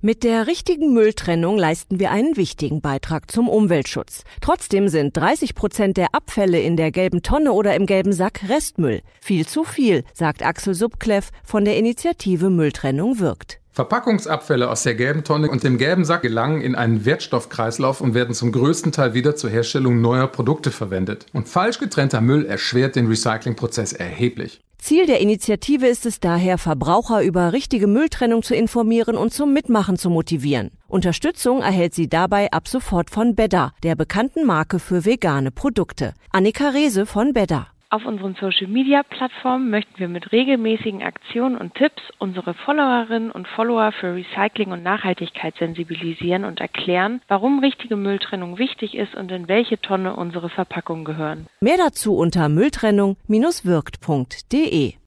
Mit der richtigen Mülltrennung leisten wir einen wichtigen Beitrag zum Umweltschutz. Trotzdem sind 30% der Abfälle in der gelben Tonne oder im gelben Sack Restmüll. Viel zu viel, sagt Axel Subkleff von der Initiative Mülltrennung wirkt. Verpackungsabfälle aus der gelben Tonne und dem gelben Sack gelangen in einen Wertstoffkreislauf und werden zum größten Teil wieder zur Herstellung neuer Produkte verwendet. Und falsch getrennter Müll erschwert den Recyclingprozess erheblich. Ziel der Initiative ist es daher, Verbraucher über richtige Mülltrennung zu informieren und zum Mitmachen zu motivieren. Unterstützung erhält sie dabei ab sofort von Bedda, der bekannten Marke für vegane Produkte. Annika Rehse von Bedda. Auf unseren Social-Media-Plattformen möchten wir mit regelmäßigen Aktionen und Tipps unsere Followerinnen und Follower für Recycling und Nachhaltigkeit sensibilisieren und erklären, warum richtige Mülltrennung wichtig ist und in welche Tonne unsere Verpackungen gehören. Mehr dazu unter mülltrennung-wirkt.de.